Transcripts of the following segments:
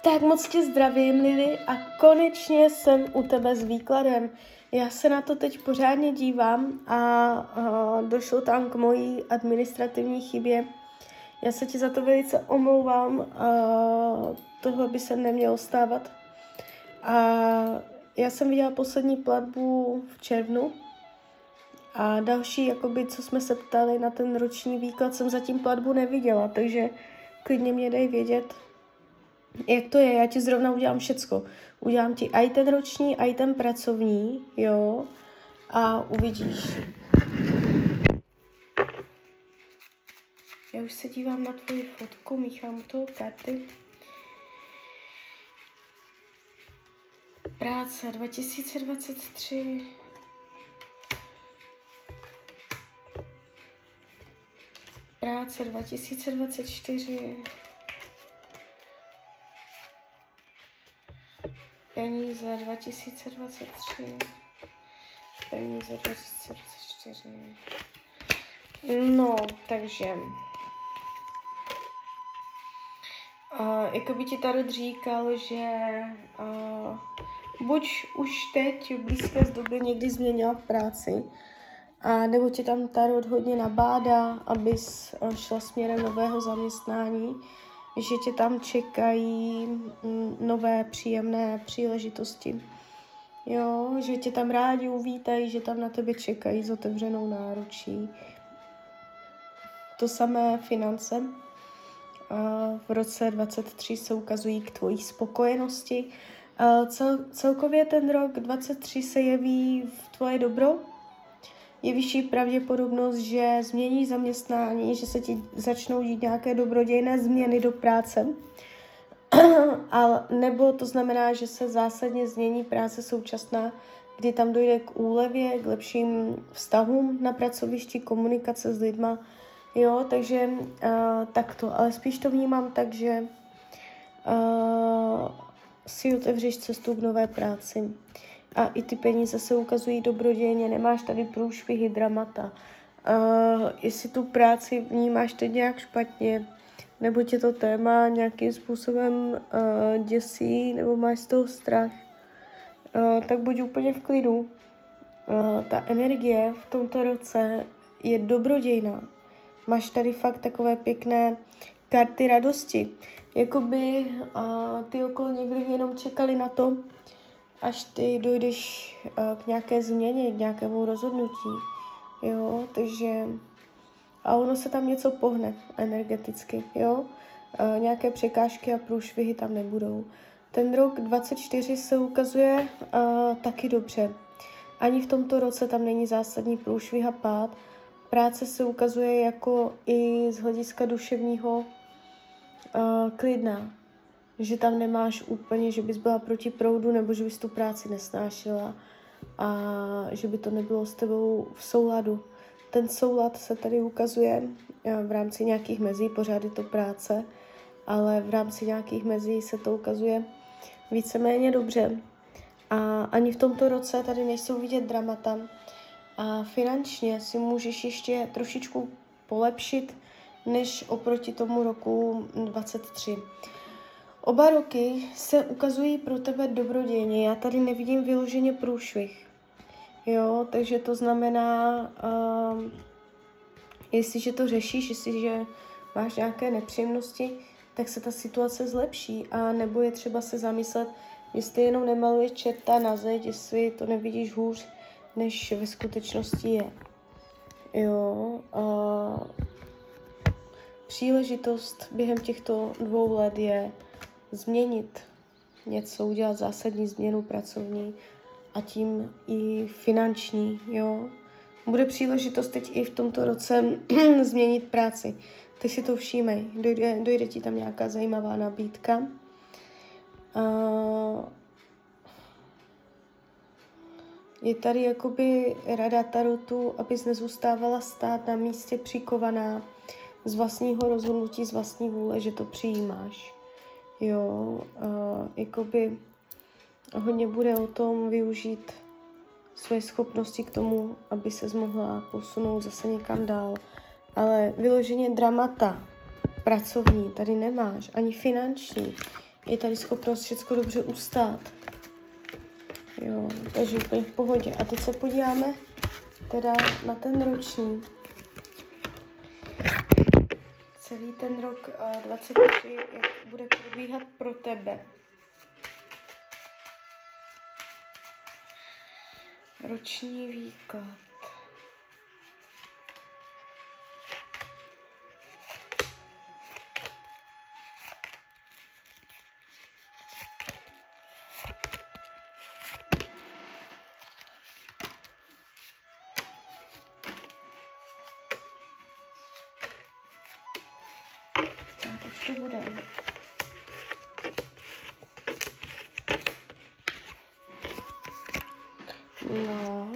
Tak moc tě zdravím, Lili, a konečně jsem u tebe s výkladem. Já se na to teď pořádně dívám a došlo tam k mojí administrativní chybě. Já se ti za to velice omlouvám, tohle by se nemělo stávat. A já jsem viděla poslední platbu v červnu a další, jakoby, co jsme se ptali na ten roční výklad, jsem zatím platbu neviděla, takže klidně mě dej vědět, jak to je. Já ti zrovna udělám všecko. Udělám ti i ten roční, i ten pracovní, jo, a uvidíš. Já už se dívám na tvoji fotku, míchám u toho karty. Práce 2023. Práce 2024. Peníze 2023. Peníze 2024. No, takže jako by ti Tarot říkal, že buď už teď v blízké době někdy změnila práci, a nebo tě tam Tarot hodně nabádá, abys šla směrem nového zaměstnání, že tě tam čekají nové příjemné příležitosti. Jo, že tě tam rádi uvítají, že tam na tebe čekají s otevřenou náručí. To samé finance v roce 2023 se ukazují k tvojí spokojenosti. Celkově ten rok 2023 se jeví v tvoje dobro. Je vyšší pravděpodobnost, že změníš zaměstnání, že se ti začnou dít nějaké dobrodějné změny do práce. Nebo to znamená, že se zásadně změní práce současná, kdy tam dojde k úlevě, k lepším vztahům na pracovišti, komunikace s lidma. Jo, takže takto. Ale spíš to vnímám tak, že si otevřeš cestu k nové práci. A i ty peníze se ukazují dobrodějně, nemáš tady průšvihy, dramata. Jestli tu práci vnímáš teď nějak špatně, nebo tě to téma nějakým způsobem děsí, nebo máš z toho strach, tak buď úplně v klidu. Ta energie v tomto roce je dobrodějná. Máš tady fakt takové pěkné karty radosti. Jakoby ty okolní vlivy jenom čekali na to, až ty dojdeš k nějaké změně, k nějakému rozhodnutí. Jo, takže a ono se tam něco pohne energeticky, jo. Nějaké překážky a průšvihy tam nebudou. Ten rok 2024 se ukazuje taky dobře. Ani v tomto roce tam není zásadní průšvih a pád. Práce se ukazuje jako i z hlediska duševního klidná. Že tam nemáš úplně, že bys byla proti proudu, nebo že bys tu práci nesnášela a že by to nebylo s tebou v souladu. Ten soulad se tady ukazuje v rámci nějakých mezí, pořád je to práce, ale v rámci nějakých mezí se to ukazuje víceméně dobře. A ani v tomto roce tady nejsou vidět dramata. A finančně si můžeš ještě trošičku polepšit, než oproti tomu roku 23. Oba roky se ukazují pro tebe dobrodějně. Já tady nevidím vyloženě průšvih. Jo, takže to znamená, jestliže to řešíš, jestliže máš nějaké nepříjemnosti, tak se ta situace zlepší. A nebo je třeba se zamyslet, jestli jenom nemaluješ čerta na zeď, jestli to nevidíš hůř, než ve skutečnosti je. Jo, příležitost během těchto 2 let je změnit něco, udělat zásadní změnu pracovní a tím i finanční, jo. Bude příležitost teď i v tomto roce změnit práci. Teď si to všímej, dojde ti tam nějaká zajímavá nabídka. Je tady jakoby rada Tarotu, abys nezůstávala stát na místě přikovaná z vlastního rozhodnutí, z vlastní vůle, že to přijímáš. Jo, jakoby hodně bude o tom využít své schopnosti k tomu, aby ses mohla posunout zase někam dál. Ale vyloženě dramata pracovní tady nemáš, ani finanční. je tady schopnost všechno dobře ustát. Jo, takže úplně v pohodě. A teď se podíváme teda na ten roční. Celý ten rok 23, jak bude probíhat pro tebe. Roční výklad. Tak, už to bude. No.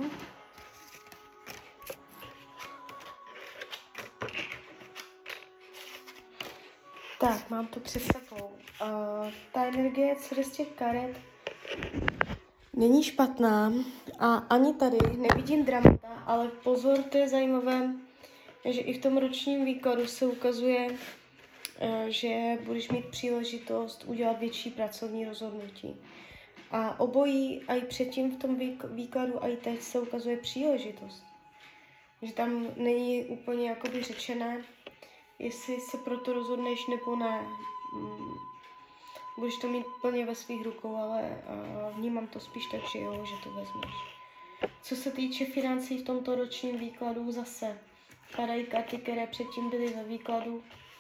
Tak, mám to před sebou. Ta energie z těch karet není špatná a ani tady nevidím dramata, ale pozor, to je zajímavé, že i v tom ročním výkladu se ukazuje, že budeš mít příležitost udělat větší pracovní rozhodnutí. A obojí, a i předtím v tom výkladu, a i teď se ukazuje příležitost. Že tam není úplně jakoby řečené, jestli se proto rozhodneš nebo ne. Budeš to mít plně ve svých rukou, ale vnímám to spíš tak, že jo, že to vezmeš. Co se týče financí v tomto ročním výkladu, zase padají karty, které předtím byly ve výkladu.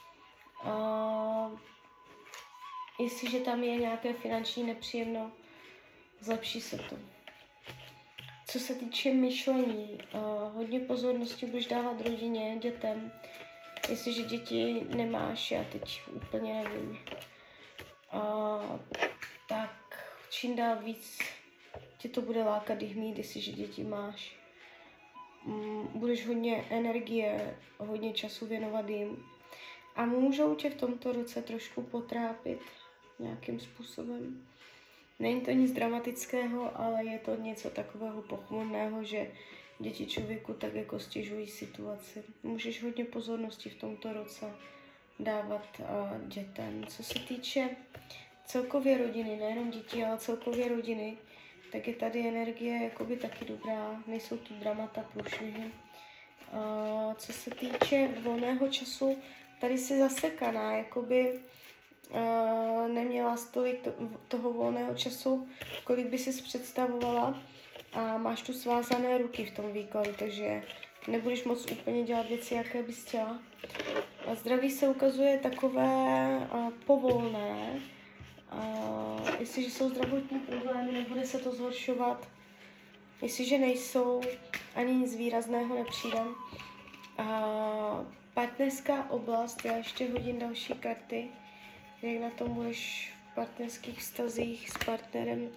Jestliže tam je nějaké finanční nepříjemno, zlepší se to. Co se týče myšlení, hodně pozornosti budeš dávat rodině, dětem. Jestliže děti nemáš, já teď úplně nevím, tak čím dál víc tě to bude lákat jich mít, jestliže děti máš. Budeš hodně energie, hodně času věnovat jim. A můžou tě v tomto roce trošku potrápit nějakým způsobem. Není to nic dramatického, ale je to něco takového pochmurného, že děti člověku tak jako stěžují situaci. Můžeš hodně pozornosti v tomto roce dávat dětem. Co se týče celkově rodiny, nejenom dětí, ale celkově rodiny, tak je tady energie jakoby taky dobrá, nejsou tu dramata, průšvihy. Co se týče volného času, tady jsi zasekaná, jakoby neměla tolik toho volného času, kolik by si představovala, a máš tu svázané ruky v tom výkladu, takže nebudeš moc úplně dělat věci, jaké bys chtěla. A zdraví se ukazuje takové povolné. Jestliže jsou zdravotní problémy, nebude se to zhoršovat. Jestliže nejsou, ani nic výrazného nepřijde. Partnerská oblast, já ještě hodím další karty, jak na tom budeš v partnerských vztazích s partnerem.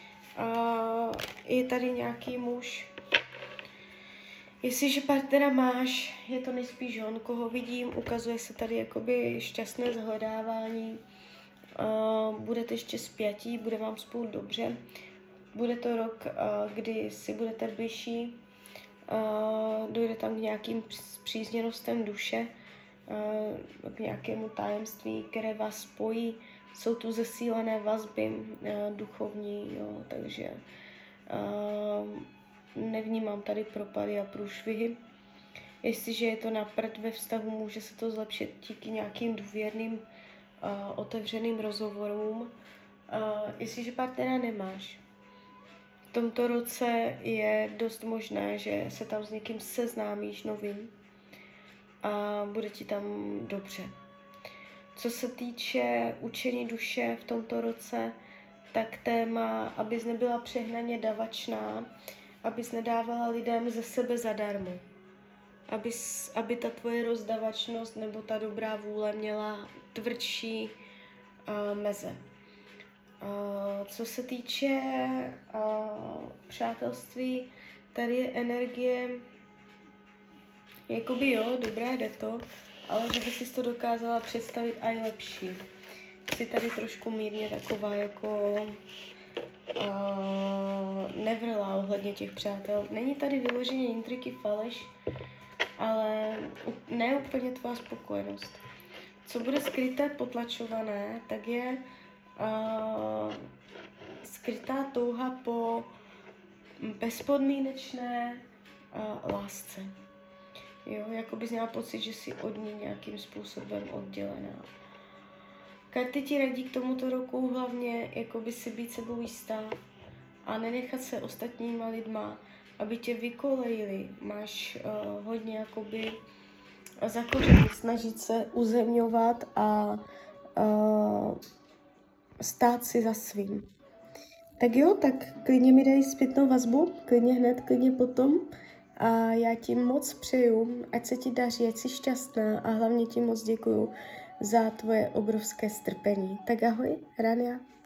Je tady nějaký muž. Jestliže partnera máš, je to nejspíš on, koho vidím, ukazuje se tady jakoby šťastné zhledávání. Budete ještě spjatí, bude vám spolu dobře. Bude to rok, kdy si budete bližší, dojde tam k nějakým přízněnostem duše, k nějakému tajemství, které vás spojí. Jsou tu zesílené vazby duchovní, jo, takže nevnímám tady propady a průšvihy. Jestliže je to na prd ve vztahu, může se to zlepšit díky nějakým důvěrným, otevřeným rozhovorům. Jestliže partnera nemáš, v tomto roce je dost možné, že se tam s někým seznámíš novým a bude ti tam dobře. Co se týče učení duše v tomto roce, tak téma, abys nebyla přehnaně davačná, abys nedávala lidem ze sebe zadarmo. Aby ta tvoje rozdavačnost nebo ta dobrá vůle měla tvrdší meze. Co se týče přátelství, tady je energie, jakoby jo, dobré, jde to, ale že by si to dokázala představit i lepší. Jsi tady trošku mírně taková jako nevrlá ohledně těch přátel. Není tady vyloženě intriky, faleš, ale ne úplně tvá spokojenost. Co bude skryté, potlačované, tak je skrytá touha po bezpodmínečné lásce. Jo, jako bys měla pocit, že jsi od ní nějakým způsobem oddělená. Karty ti radí k tomuto roku hlavně jakoby si být sebou jistá a nenechat se ostatníma lidma, aby tě vykolejili. Máš hodně jakoby zakořenit, snažit se uzemňovat a stát si za svým. Tak jo, tak klidně mi dej zpětnou vazbu, klidně hned, klidně potom. A já ti moc přeju, ať se ti daří, ať jsi šťastná a hlavně ti moc děkuju za tvoje obrovské strpení. Tak ahoj, Rania.